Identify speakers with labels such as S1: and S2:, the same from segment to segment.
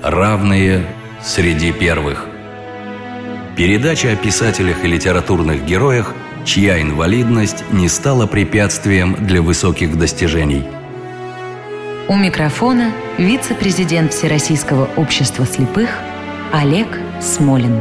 S1: Равные среди первых. Передача о писателях и литературных героях, чья инвалидность не стала препятствием для высоких достижений.
S2: У микрофона вице-президент Всероссийского общества слепых Олег Смолин.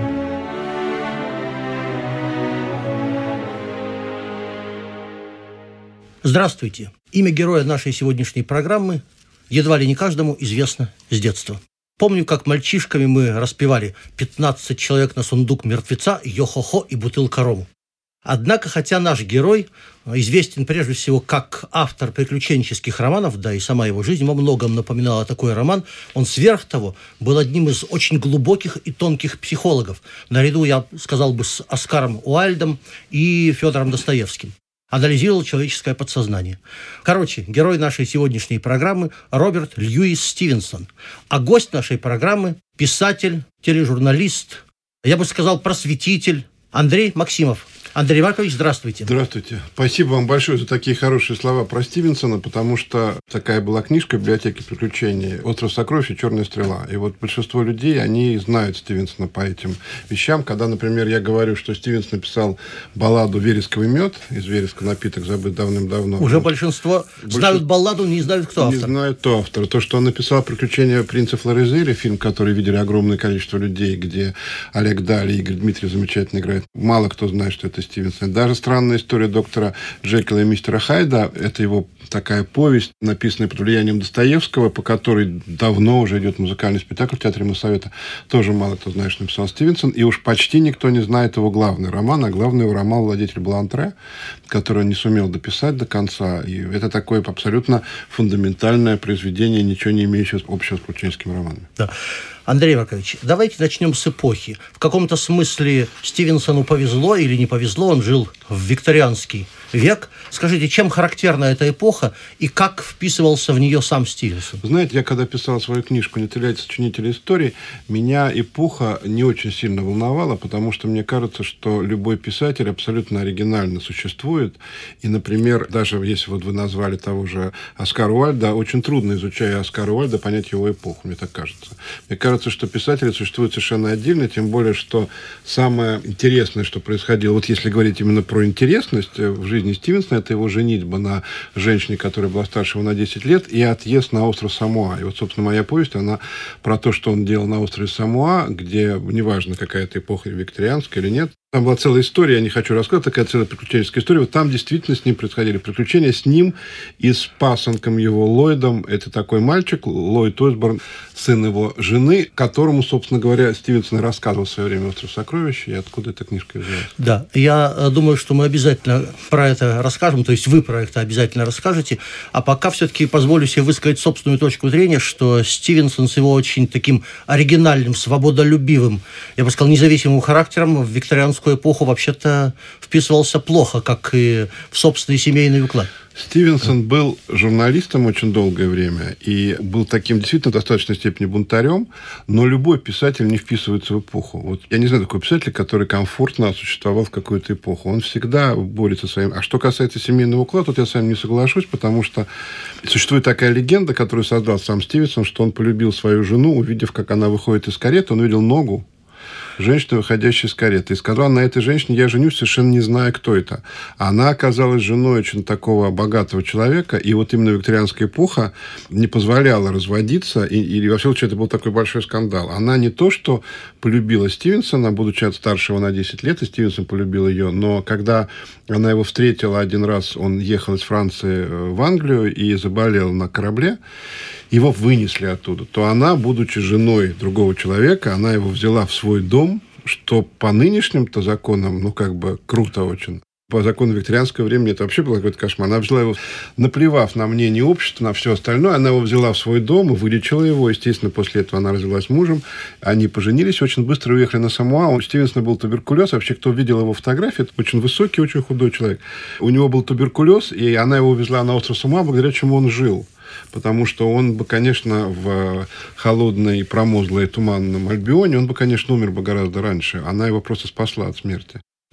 S3: Здравствуйте. Имя героя нашей сегодняшней программы едва ли не каждому известно с детства. Помню, как мальчишками мы распевали «15 человек на сундук мертвеца, йо-хо-хо и бутылка рому». Однако, хотя наш герой известен прежде всего как автор приключенческих романов, да и сама его жизнь во многом напоминала такой роман, он сверх того был одним из очень глубоких и тонких психологов, наряду, я сказал бы, с Оскаром Уайльдом и Федором Достоевским. Анализировал человеческое подсознание. Короче, герой нашей сегодняшней программы Роберт Льюис Стивенсон. А гость нашей программы – писатель, тележурналист, я бы сказал, просветитель Андрей Максимов. Андрей Маркович, здравствуйте.
S4: Здравствуйте. Спасибо вам большое за такие хорошие слова про Стивенсона, потому что такая была книжка в библиотеке приключений «Остров сокровищ и черная стрела». И вот большинство людей, они знают Стивенсона по этим вещам. Когда, например, я говорю, что Стивенсон написал балладу «Вересковый мед», из вереска напиток забыт давным-давно.
S3: Уже большинство знают балладу, не знают, кто автор.
S4: Не знают, кто автор. То, что он написал «Приключения принца Флоризеля», фильм, который видели огромное количество людей, где Олег Даль и Игорь Дмитриев замечательно играют. Мало кто знает, что это Стивенсон. Даже «Странная история доктора Джекила и мистера Хайда» – это его такая повесть, написанная под влиянием Достоевского, по которой давно уже идет музыкальный спектакль в Театре Моссовета. Тоже мало кто знает, что написал Стивенсон. И уж почти никто не знает его главный роман, а главный его роман «Владетель Блантре», который он не сумел дописать до конца. И это такое абсолютно фундаментальное произведение, ничего не имеющее общего с приключенческими романами.
S3: Да. Андрей Маркович, давайте начнем с эпохи. В каком-то смысле Стивенсону повезло или не повезло, он жил в викторианский век. Скажите, чем характерна эта эпоха и как вписывался в нее сам Стивенсон?
S4: Знаете, я когда писал свою книжку «Не теряйте сочинителя истории», меня эпоха не очень сильно волновала, потому что мне кажется, что любой писатель абсолютно оригинально существует. И, например, даже если вот вы назвали того же Оскара Уайльда, очень трудно, изучая Оскара Уайльда, понять его эпоху, мне так кажется. Мне кажется, что писатели существуют совершенно отдельно, тем более, что самое интересное, что происходило, вот если говорить именно про интересность в жизни Стивенсона, это его женитьба на женщине, которая была старше его на 10 лет, и отъезд на остров Самоа. И вот, собственно, моя повесть, она про то, что он делал на острове Самоа, где, неважно, какая-то эпоха викторианская или нет, там была целая история, я не хочу рассказывать, такая целая приключенческая история. Вот там действительно с ним происходили приключения, с ним и с пасынком его Ллойдом. Это такой мальчик, Ллойд Осборн, сын его жены, которому, собственно говоря, Стивенсон рассказывал в свое время «Остров сокровищ», и откуда эта книжка взялась. Да,
S3: я думаю, что мы обязательно про это расскажем, то есть вы про это обязательно расскажете. А пока все-таки позволю себе высказать собственную точку зрения, что Стивенсон с его очень таким оригинальным, свободолюбивым, я бы сказал, независимым характером в викторианскую эпоху вообще-то вписывался плохо, как и в собственный семейный уклад.
S4: Стивенсон был журналистом очень долгое время и был таким действительно в достаточной степени бунтарем, но любой писатель не вписывается в эпоху. Вот я не знаю такого писателя, который комфортно существовал в какую-то эпоху. Он всегда борется со своим. А что касается семейного уклада, тут я с вами не соглашусь, потому что существует такая легенда, которую создал сам Стивенсон, что он полюбил свою жену, увидев, как она выходит из кареты, он увидел ногу женщины, выходящей из кареты. И сказал на этой женщине: я женюсь, совершенно не зная, кто это. Она оказалась женой очень такого богатого человека, и вот именно викторианская эпоха не позволяла разводиться, и во всяком случае, это был такой большой скандал. Она не то, что полюбила Стивенсона, будучи старше его на 10 лет, и Стивенсон полюбил ее, но когда она его встретила один раз, он ехал из Франции в Англию и заболел на корабле, его вынесли оттуда, то она, будучи женой другого человека, она его взяла в свой дом, что по нынешним-то законам, круто очень. По закону викторианского времени это вообще был какой-то кошмар. Она взяла его, наплевав на мнение общества, на все остальное, она его взяла в свой дом и вылечила его. Естественно, после этого она развелась с мужем. Они поженились, очень быстро уехали на Самоа. У Стивенсона был туберкулез. Вообще, кто видел его фотографии, это очень высокий, очень худой человек. У него был туберкулез, и она его увезла на остров Самоа, благодаря чему он жил. Потому что он бы, конечно, в холодной, промозглой, туманном Альбионе, он бы, конечно, умер бы гораздо раньше. Она его просто спасла от смерти.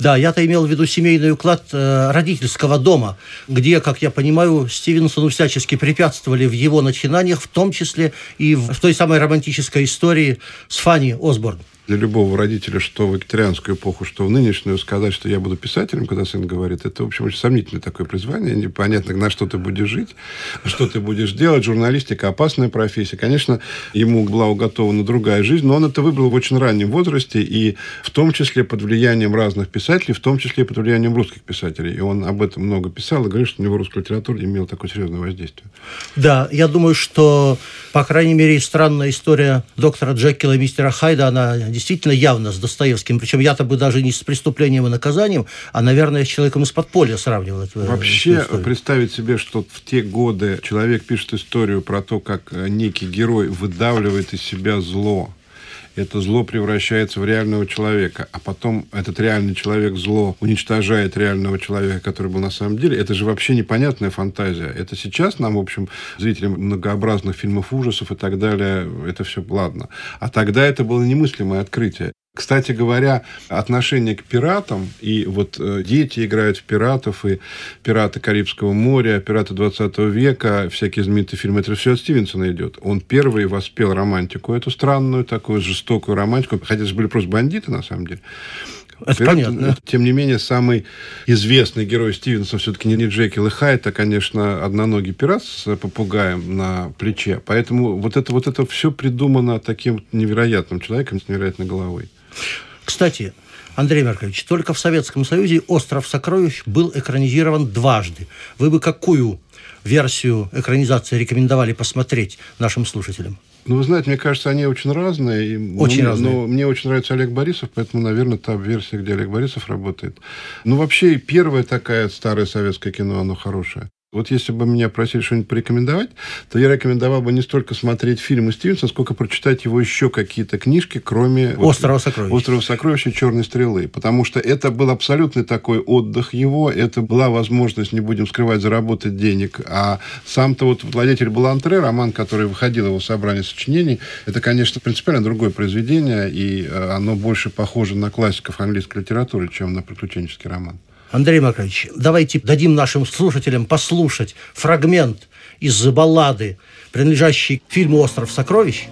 S3: Да, я-то имел в виду семейный уклад родительского дома, где, как я понимаю, Стивенсону всячески препятствовали в его начинаниях, в том числе и в той самой романтической истории с Фанни Осборн.
S4: Для любого родителя, что в викторианскую эпоху, что в нынешнюю, сказать, что я буду писателем, когда сын говорит, это, в общем, очень сомнительное такое призвание. Непонятно, на что ты будешь жить, что ты будешь делать. Журналистика – опасная профессия. Конечно, ему была уготована другая жизнь, но он это выбрал в очень раннем возрасте, и в том числе под влиянием разных писателей, в том числе под влиянием русских писателей. И он об этом много писал, и говорит, что у него русская литература имела такое серьезное воздействие.
S3: Да, я думаю, что, по крайней мере, странная история доктора Джекила и мистера Хайда, она действительно явно с Достоевским. Причем я-то бы даже не с «Преступлением и наказанием», а, наверное, с «Человеком из подполья» сравнивал эту
S4: Вообще,
S3: историю.
S4: представить себе, что в те годы человек пишет историю про то, как некий герой выдавливает из себя зло. Это зло превращается в реального человека, а потом этот реальный человек зло уничтожает реального человека, который был на самом деле. Это же вообще непонятная фантазия. Это сейчас нам, в общем, зрителям многообразных фильмов ужасов и так далее, это все ладно. А тогда это было немыслимое открытие. Кстати говоря, отношение к пиратам, и вот дети играют в пиратов, и пираты Карибского моря, пираты 20 века, всякие знаменитые фильмы, это все от Стивенсона идет. Он первый воспел романтику, эту странную, такую жестокую романтику, хотя это были просто бандиты, на самом деле.
S3: Это понятно.
S4: Тем не менее, самый известный герой Стивенсона все-таки не Джекил и Хайд, а, конечно, одноногий пират с попугаем на плече. Поэтому вот это все придумано таким невероятным человеком с невероятной головой.
S3: Кстати, Андрей Маркович, только в Советском Союзе «Остров сокровищ» был экранизирован дважды. Вы бы какую версию экранизации рекомендовали посмотреть нашим слушателям?
S4: Ну, вы знаете, мне кажется, они очень разные.
S3: Разные.
S4: Но мне очень нравится Олег Борисов, поэтому, наверное, та версия, где Олег Борисов работает. Ну, вообще, первая такая старое советское кино, оно хорошее. Вот если бы меня просили что-нибудь порекомендовать, то я рекомендовал бы не столько смотреть фильмы Стивенсона, сколько прочитать его еще какие-то книжки, кроме
S3: «Острова сокровищ».
S4: «Острова сокровищ» и «Черной стрелы». Потому что это был абсолютный такой отдых его, это была возможность, не будем скрывать, заработать денег. А сам-то вот «Владетель Балантре», роман, который выходил его собрание сочинений, это, конечно, принципиально другое произведение, и оно больше похоже на классиков английской литературы, чем на приключенческий роман.
S3: Андрей Маркович, давайте дадим нашим слушателям послушать фрагмент из баллады, принадлежащей к фильму «Остров сокровищ».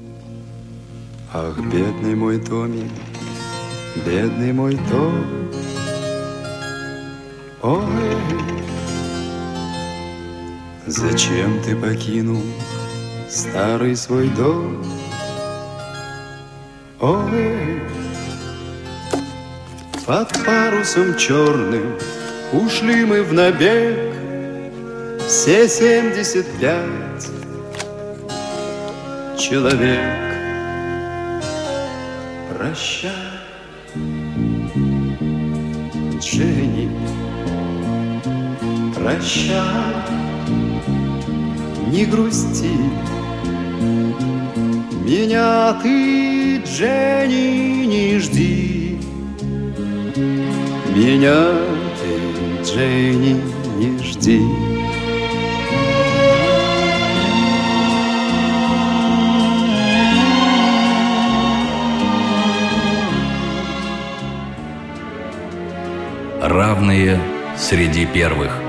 S5: Ах, бедный мой Томми, бедный мой Том, ой, зачем ты покинул старый свой дом? Ой, под парусом черным ушли мы в набег, все 75 человек. Прощай, Дженни, прощай, не грусти. Меня ты, Дженни, не жди. Меня ты, Дженни, не жди.
S1: Равные среди первых.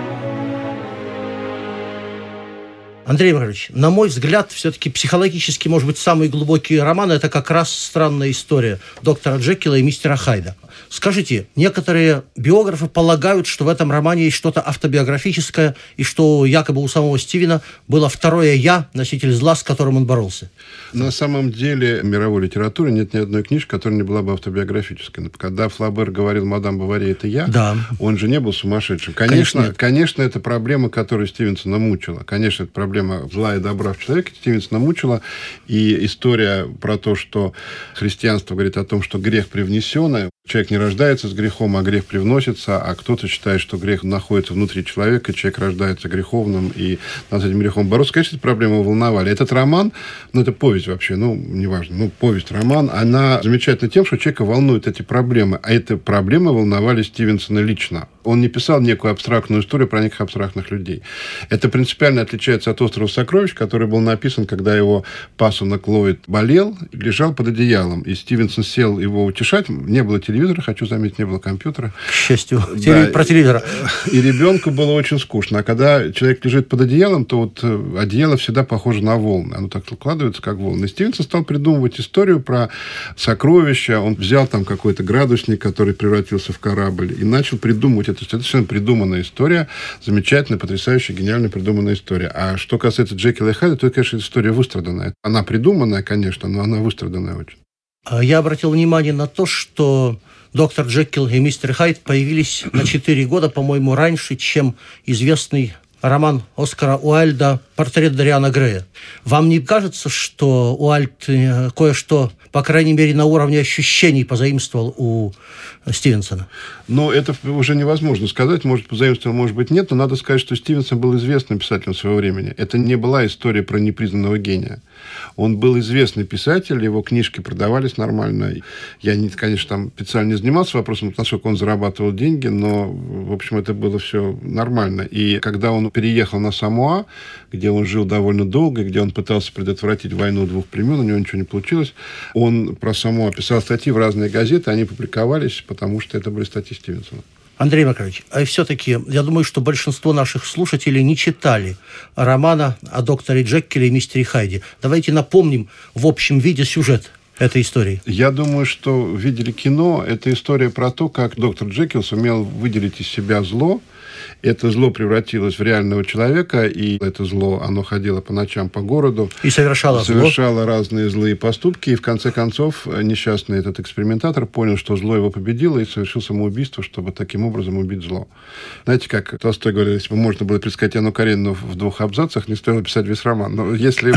S3: Андрей Маркович, на мой взгляд, все-таки психологически, может быть, самый глубокий роман – это как раз «Странная история» доктора Джекила и мистера Хайда. Скажите, некоторые биографы полагают, что в этом романе есть что-то автобиографическое, и что якобы у самого Стивена было второе «я», носитель зла, с которым он боролся.
S4: На самом деле, в мировой литературе нет ни одной книжки, которая не была бы автобиографической. Когда Флабер говорил «Мадам Бовари, это я», да, он же не был сумасшедшим. Конечно, это проблема, которая Стивенсона мучила. Конечно, это проблема зла и добра в человеке Стивенсона мучила. И история про то, что христианство говорит о том, что грех привнесен, человек не рождается с грехом, а грех привносится, а кто-то считает, что грех находится внутри человека, человек рождается греховным, и надо с этим грехом бороться. Конечно, эти проблемы волновали. Этот роман, это повесть вообще, неважно, повесть, роман, она замечательна тем, что человека волнуют эти проблемы, а эти проблемы волновали Стивенсона лично. Он не писал некую абстрактную историю про неких абстрактных людей. Это принципиально отличается от «Острова сокровищ», который был написан, когда его пасынок Ллойд болел и лежал под одеялом. И Стивенсон сел его утешать. Не было телевизора, хочу заметить, не было компьютера.
S3: К счастью,
S4: да,
S3: про телевизора.
S4: И ребенку было очень скучно. А когда человек лежит под одеялом, то вот одеяло всегда похоже на волны. Оно так укладывается, как волны. И Стивенсон стал придумывать историю про сокровища. Он взял там какой-то градусник, который превратился в корабль, и начал придумывать это. Это совершенно придуманная история. Замечательная, потрясающая, гениально придуманная история. А что касается Джекила и Хайда, то, конечно, история выстраданная. Она придуманная, конечно, но она выстраданная очень.
S3: Я обратил внимание на то, что доктор Джекил и мистер Хайд появились на 4 года, по-моему, раньше, чем известный роман Оскара Уайльда «Портрет Дориана Грея». Вам не кажется, что Уайльд кое-что, по крайней мере, на уровне ощущений позаимствовал у Стивенсона?
S4: Но это уже невозможно сказать. Может, позаимствовал, может быть, нет. Но надо сказать, что Стивенсон был известным писателем своего времени. Это не была история про непризнанного гения. Он был известный писатель, его книжки продавались нормально. Я, конечно, там специально не занимался вопросом, насколько он зарабатывал деньги, но, в общем, это было все нормально. И когда он переехал на Самоа, где он жил довольно долго, где он пытался предотвратить войну двух племен, у него ничего не получилось, он про Самоа писал статьи в разные газеты, они публиковались, потому что это были статьи Стивенсона.
S3: Андрей Макарович, а все-таки, я думаю, что большинство наших слушателей не читали романа о докторе Джекиле и мистере Хайде. Давайте напомним в общем виде сюжет этой истории.
S4: Я думаю, что видели кино. Это история про то, как доктор Джекил сумел выделить из себя зло. Это зло превратилось в реального человека, и это зло, оно ходило по ночам по городу.
S3: И совершало
S4: разные злые поступки. И в конце концов несчастный этот экспериментатор понял, что зло его победило, и совершил самоубийство, чтобы таким образом убить зло. Знаете, как Толстой говорил, если бы можно было предсказать Анну Каренину в 2 абзацах, не стоило писать весь роман. Но если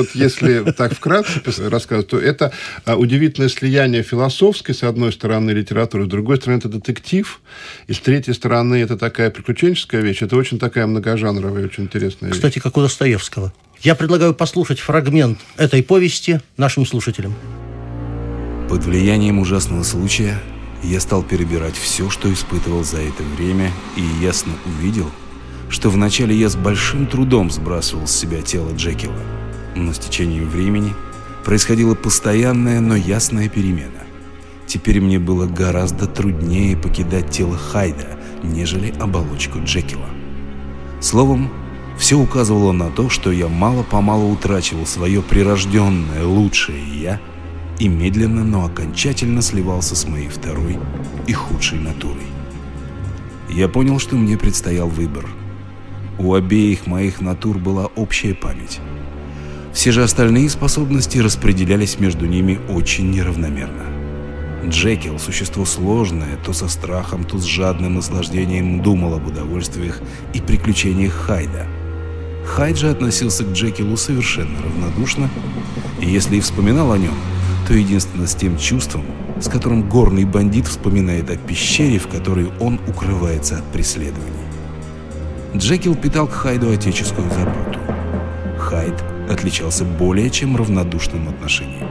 S4: если так вкратце рассказывать, то это удивительное слияние философской, с одной стороны, литературы, с другой стороны, это детектив, и с третьей стороны, это такая приключенческая вещь. Это очень такая многожанровая, очень интересная вещь.
S3: Кстати, как у Достоевского. Я предлагаю послушать фрагмент этой повести нашим слушателям.
S6: Под влиянием ужасного случая я стал перебирать все, что испытывал за это время, и ясно увидел, что вначале я с большим трудом сбрасывал с себя тело Джекила, но с течением времени происходила постоянная, но ясная перемена. Теперь мне было гораздо труднее покидать тело Хайда, нежели оболочку Джекила. Словом, все указывало на то, что я мало-помалу утрачивал свое прирожденное лучшее «я» и медленно, но окончательно сливался с моей второй и худшей натурой. Я понял, что мне предстоял выбор. У обеих моих натур была общая память. Все же остальные способности распределялись между ними очень неравномерно. Джекил, существо сложное, то со страхом, то с жадным наслаждением думал об удовольствиях и приключениях Хайда. Хайд же относился к Джекилу совершенно равнодушно, и если и вспоминал о нем, то единственно с тем чувством, с которым горный бандит вспоминает о пещере, в которой он укрывается от преследований. Джекил питал к Хайду отеческую заботу. Хайд отличался более чем равнодушным отношением.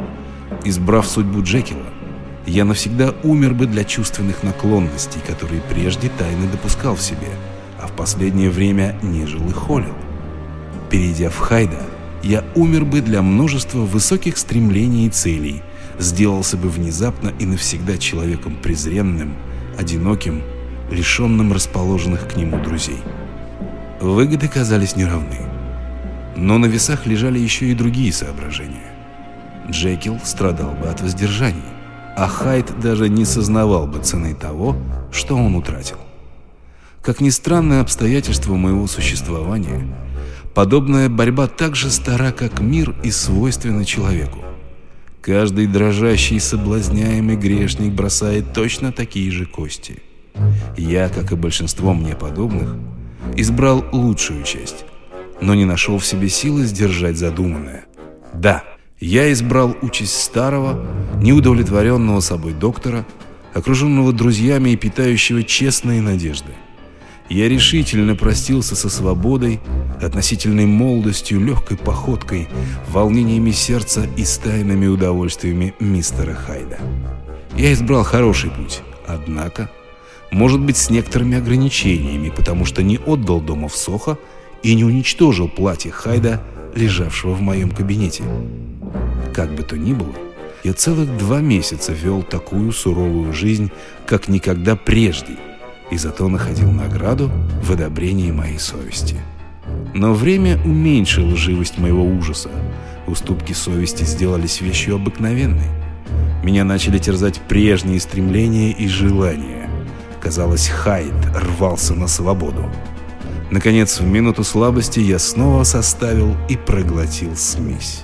S6: Избрав судьбу Джекила, я навсегда умер бы для чувственных наклонностей, которые прежде тайно допускал в себе, а в последнее время нежил и холил. Перейдя в Хайда, я умер бы для множества высоких стремлений и целей, сделался бы внезапно и навсегда человеком презренным, одиноким, лишенным расположенных к нему друзей. Выгоды казались неравны. Но на весах лежали еще и другие соображения. Джекил страдал бы от воздержания, а Хайд даже не сознавал бы цены того, что он утратил. Как ни странно обстоятельство моего существования, подобная борьба так же стара, как мир, и свойственна человеку. Каждый дрожащий, соблазняемый грешник бросает точно такие же кости. Я, как и большинство мне подобных, избрал лучшую часть, но не нашел в себе силы сдержать задуманное. Да, я избрал участь старого, неудовлетворенного собой доктора, окруженного друзьями и питающего честные надежды. Я решительно простился со свободой, относительной молодостью, легкой походкой, волнениями сердца и с тайными удовольствиями мистера Хайда. Я избрал хороший путь, однако Может быть, с некоторыми ограничениями, потому что не отдал дома в Сохо и не уничтожил платье Хайда, лежавшего в моем кабинете. Как бы то ни было, я целых 2 месяца вел такую суровую жизнь, как никогда прежде, и зато находил награду в одобрении моей совести. Но время уменьшило живость моего ужаса. Уступки совести сделались вещью обыкновенной. Меня начали терзать прежние стремления и желания. Казалось, Хайд рвался на свободу. Наконец, в минуту слабости я снова составил и проглотил смесь.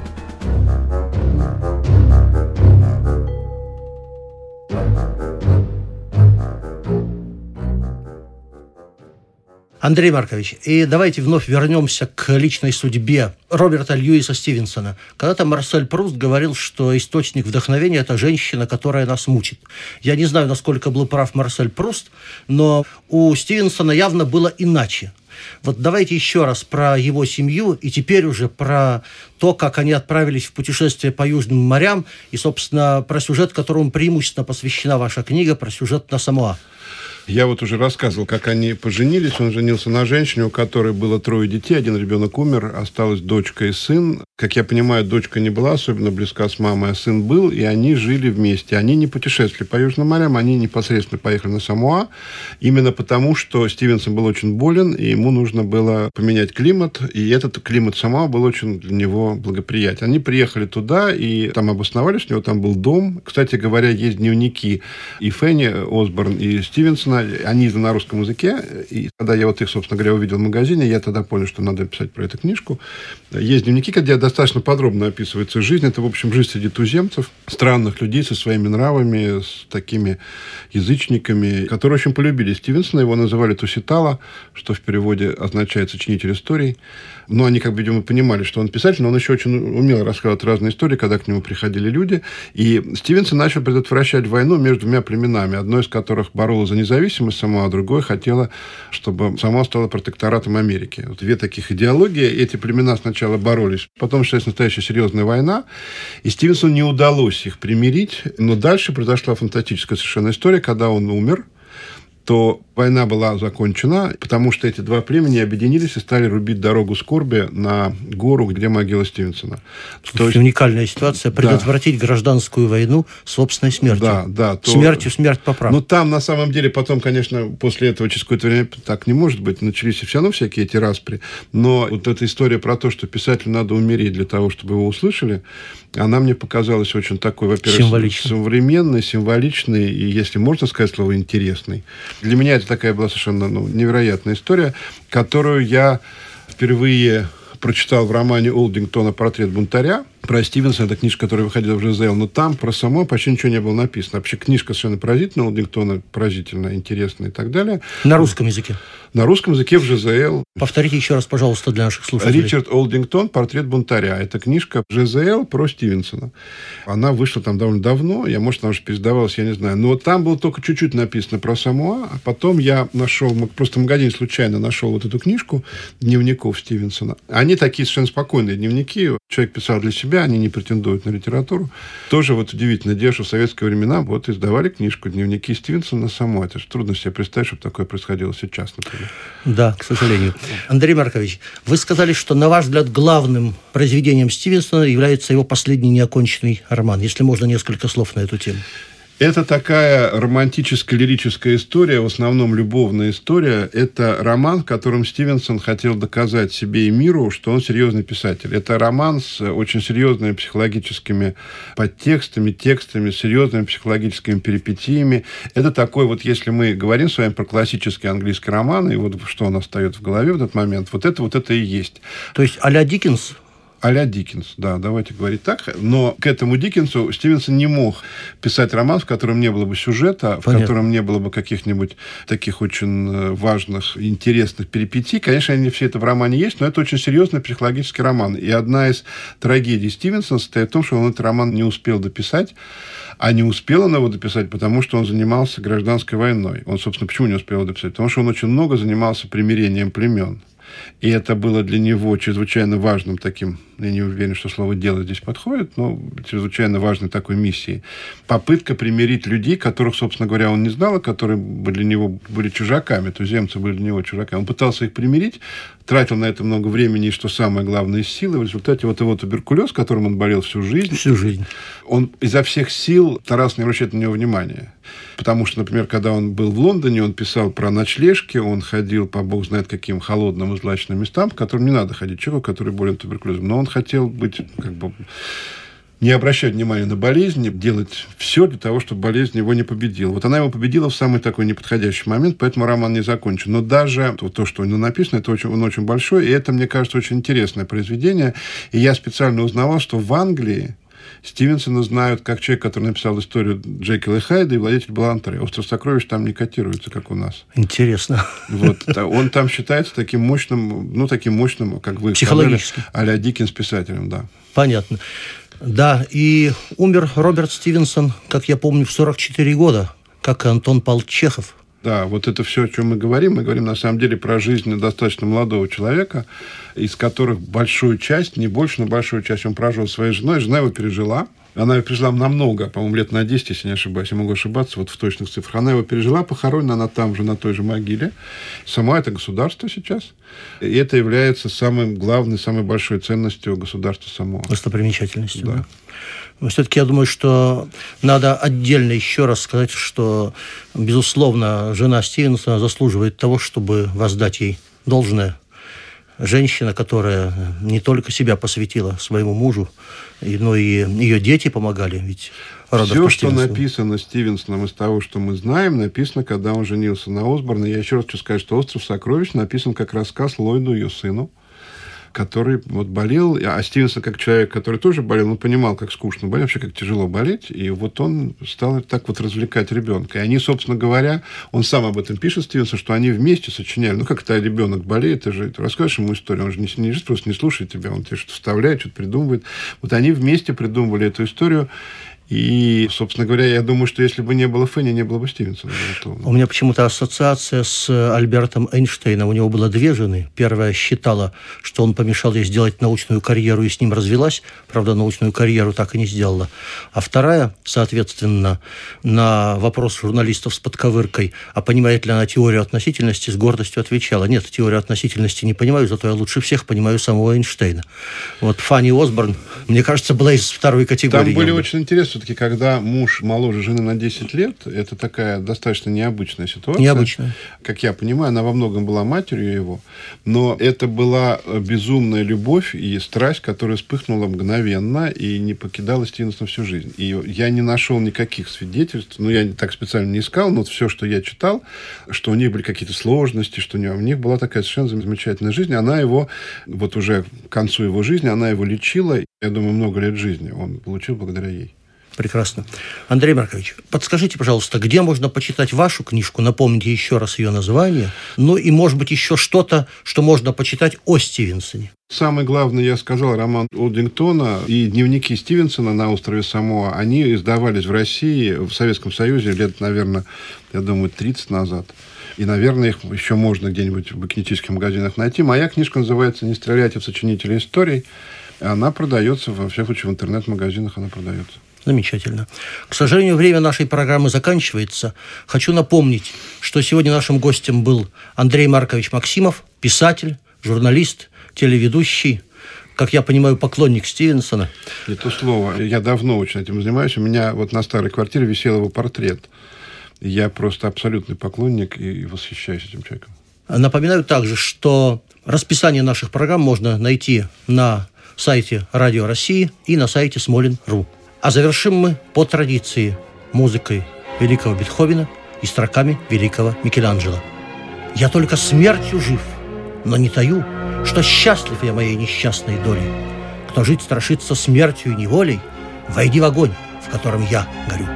S3: Андрей Маркович, и давайте вновь вернемся к личной судьбе Роберта Льюиса Стивенсона. Когда-то Марсель Пруст говорил, что источник вдохновения – это женщина, которая нас мучит. Я не знаю, насколько был прав Марсель Пруст, но у Стивенсона явно было иначе. Вот давайте еще раз про его семью и теперь уже про то, как они отправились в путешествие по Южным морям и, собственно, про сюжет, которому преимущественно посвящена ваша книга, про сюжет на Самоа.
S4: Я вот уже рассказывал, как они поженились. Он женился на женщине, у которой было 3 детей. Один ребенок умер, осталась дочка и сын. Как я понимаю, дочка не была особенно близка с мамой, а сын был, и они жили вместе. Они не путешествовали по Южным морям, они непосредственно поехали на Самоа, именно потому, что Стивенсон был очень болен, и ему нужно было поменять климат, и этот климат Самоа был очень для него благоприятен. Они приехали туда, и там обосновались, у него там был дом. Кстати говоря, есть дневники и Фенни Осборн, и Стивенсона, они изданы на русском языке, и когда я вот их, собственно говоря, увидел в магазине, я тогда понял, что надо писать про эту книжку. Есть дневники, где достаточно подробно описывается жизнь. Это, в общем, жизнь среди туземцев, странных людей со своими нравами, с такими язычниками, которые очень полюбили Стивенсона. Его называли Туситала, что в переводе означает «сочинитель историй». Но они, как бы, видимо, понимали, что он писатель, но он еще очень умел рассказывать разные истории, когда к нему приходили люди. И Стивенсон начал предотвращать войну между 2 племенами, одно из которых боролось за независимость Самоа, а другое хотело, чтобы Самоа стала протекторатом Америки. Вот 2 таких идеологии. Эти племена сначала боролись, потом началась настоящая серьезная война, и Стивенсону не удалось их примирить, но дальше произошла фантастическая совершенно история, когда он умер, то война была закончена, потому что эти 2 племени объединились и стали рубить дорогу скорби на гору, где могила Стивенсона.
S3: То есть уникальная ситуация. Предотвратить гражданскую войну собственной смертью.
S4: Да.
S3: Смертью смерть поправ.
S4: Ну, там, на самом деле, потом, конечно, после этого, через какое-то время, так не может быть. Начались все равно всякие эти распри. Но вот эта история про то, что писателю надо умереть для того, чтобы его услышали, она мне показалась очень такой, во-первых, современной, символичной и, если можно сказать слово, интересной. Для меня это такая была совершенно невероятная история, которую я впервые прочитал в романе Олдингтона «Портрет бунтаря». Про Стивенсона, это книжка, которая выходила в ЖЗЛ, но там про Самоа почти ничего не было написано. Вообще книжка совершенно поразительная, Олдингтона поразительно интересная и так далее.
S3: На русском языке?
S4: На русском языке в ЖЗЛ.
S3: Повторите еще раз, пожалуйста, для наших слушателей.
S4: Ричард Олдингтон «Портрет бунтаря». Это книжка в ЖЗЛ про Стивенсона. Она вышла там довольно давно, может, она уже переиздавалась, я не знаю. Но там было только чуть-чуть написано про Самоа, а потом я нашел, просто в магазине случайно нашел вот эту книжку дневников Стивенсона. Они такие совершенно спокойные дневники. Человек писал для себя, они не претендуют на литературу. Тоже вот удивительно, дело, что в советские времена вот издавали книжку «Дневники Стивенсона на Самоа». Это же трудно себе представить, чтобы такое происходило сейчас, например.
S3: Да, к сожалению. Андрей Маркович, вы сказали, что, на ваш взгляд, главным произведением Стивенсона является его последний неоконченный роман. Если можно, несколько слов на эту тему.
S4: Это такая романтическая, лирическая история, в основном любовная история. Это роман, в котором Стивенсон хотел доказать себе и миру, что он серьезный писатель. Это роман с очень серьезными психологическими подтекстами, текстами, серьезными психологическими перипетиями. Это такой вот, если мы говорим с вами про классический английский роман, и вот что у нас встает в голове в этот момент, вот это и есть.
S3: То есть а-ля Диккенс?
S4: А-ля Диккенс, да, давайте говорить так. Но к этому Диккенсу Стивенсон не мог писать роман, в котором не было бы сюжета, в котором не было бы каких-нибудь таких очень важных, интересных перипетий. Конечно, они все это в романе есть, но это очень серьезный психологический роман. И одна из трагедий Стивенсона состоит в том, что он этот роман не успел дописать. А не успел он его дописать, потому что он занимался гражданской войной. Он, собственно, почему не успел его дописать? Потому что он очень много занимался примирением племен. И это было для него чрезвычайно важным таким, я не уверен, что слово «дело» здесь подходит, но чрезвычайно важной такой миссией. Попытка примирить людей, которых, собственно говоря, он не знал, которые для него были чужаками, туземцы были для него чужаками. Он пытался их примирить, тратил на это много времени и, что самое главное, силы. В результате вот его туберкулез, которым он болел всю жизнь, он изо всех сил старался не обращать на него внимания. Потому что, например, когда он был в Лондоне, он писал про ночлежки, он ходил по бог знает каким холодным и злачным местам, по которым не надо ходить человеку, который болен туберкулезом. Но он хотел быть, не обращать внимания на болезнь, делать все для того, чтобы болезнь его не победила. Вот она его победила в самый такой неподходящий момент, поэтому роман не закончен. Но даже то, что у него написано, он очень большой, и это, мне кажется, очень интересное произведение. И я специально узнавал, что в Англии Стивенсона знают как человек, который написал историю Джекила и Хайда и владетель Балантари. «Остров сокровищ» там не котируется, как у нас.
S3: Интересно.
S4: Вот. Он там считается таким мощным, как вы сказали, а-ля Диккенс писателем, да.
S3: Понятно. Да, и умер Роберт Стивенсон, как я помню, в 44 года, как и Антон Павлович Чехов.
S4: Да, вот это все, о чем мы говорим на самом деле про жизнь достаточно молодого человека, из которых большую часть, не больше, но большую часть он прожил своей женой. Жена его пережила. Она его пережила намного, по-моему, лет на 10, если не ошибаюсь. Я могу ошибаться вот в точных цифрах. Она его пережила, похоронена она там же, на той же могиле. Сама это государство сейчас. И это является самой главной, самой большой ценностью государства самого.
S3: Достопримечательностью,
S4: да.
S3: Но все-таки я думаю, что надо отдельно еще раз сказать, что, безусловно, жена Стивенсона заслуживает того, чтобы воздать ей должное. Женщина, которая не только себя посвятила своему мужу, но и ее дети помогали. Ведь
S4: все, что написано Стивенсоном из того, что мы знаем, написано, когда он женился на Осборн. И я еще раз хочу сказать, что «Остров сокровищ» написан как рассказ Ллойду, ее сыну, который вот болел, а Стивенсон, как человек, который тоже болел, он понимал, как скучно болеть, вообще как тяжело болеть, и вот он стал так вот развлекать ребенка. И они, собственно говоря, он сам об этом пишет, Стивенсон, что они вместе сочиняли. Как-то ребенок болеет, ты же расскажешь ему историю, он же просто не слушает тебя, он тебе что-то вставляет, что-то придумывает. Вот они вместе придумывали эту историю. И, собственно говоря, я думаю, что если бы не было Фенни, не было бы Стивенсона.
S3: У меня почему-то ассоциация с Альбертом Эйнштейном. У него было две жены. Первая считала, что он помешал ей сделать научную карьеру, и с ним развелась. Правда, научную карьеру так и не сделала. А вторая, соответственно, на вопрос журналистов с подковыркой, а понимает ли она теорию относительности, с гордостью отвечала: нет, теорию относительности не понимаю, зато я лучше всех понимаю самого Эйнштейна. Вот Фанни Осборн, мне кажется, была из второй категории.
S4: Там были очень интересные все-таки, когда муж моложе жены на 10 лет, это такая достаточно необычная ситуация.
S3: Необычная.
S4: Как я понимаю, она во многом была матерью его, но это была безумная любовь и страсть, которая вспыхнула мгновенно и не покидала Стивенсона всю жизнь. И я не нашел никаких свидетельств, я так специально не искал, но все, что я читал, что у них были какие-то сложности, что у них была такая совершенно замечательная жизнь. Она его, вот уже к концу его жизни, она его лечила. Я думаю, много лет жизни он получил благодаря ей.
S3: Прекрасно. Андрей Маркович, подскажите, пожалуйста, где можно почитать вашу книжку? Напомните еще раз ее название. И, может быть, еще что-то, что можно почитать о Стивенсоне.
S4: Самое главное, я сказал, роман Олдингтона и дневники Стивенсона на острове Самоа, они издавались в России, в Советском Союзе лет, наверное, я думаю, 30 назад. И, наверное, их еще можно где-нибудь в букинистических магазинах найти. Моя книжка называется «Не стреляйте в сочинителей историй». Она продается, во всяком случае, в интернет-магазинах она продается.
S3: Замечательно. К сожалению, время нашей программы заканчивается. Хочу напомнить, что сегодня нашим гостем был Андрей Маркович Максимов, писатель, журналист, телеведущий, как я понимаю, поклонник Стивенсона.
S4: Не то слово. Я давно очень этим занимаюсь. У меня вот на старой квартире висел его портрет. Я просто абсолютный поклонник и восхищаюсь этим человеком.
S3: Напоминаю также, что расписание наших программ можно найти на сайте Радио России и на сайте Смолин.ру. А завершим мы по традиции музыкой великого Бетховена и строками великого Микеланджело. «Я только смертью жив, но не таю, что счастлив я моей несчастной долей. Кто жить страшится смертью и неволей, войди в огонь, в котором я горю».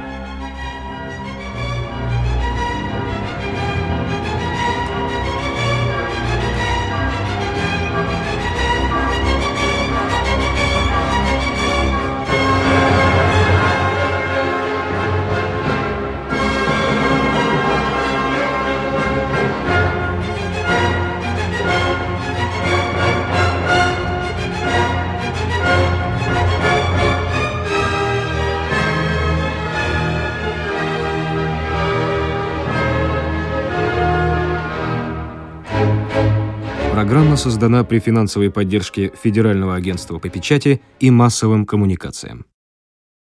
S7: Программа создана при финансовой поддержке Федерального агентства по печати и массовым коммуникациям.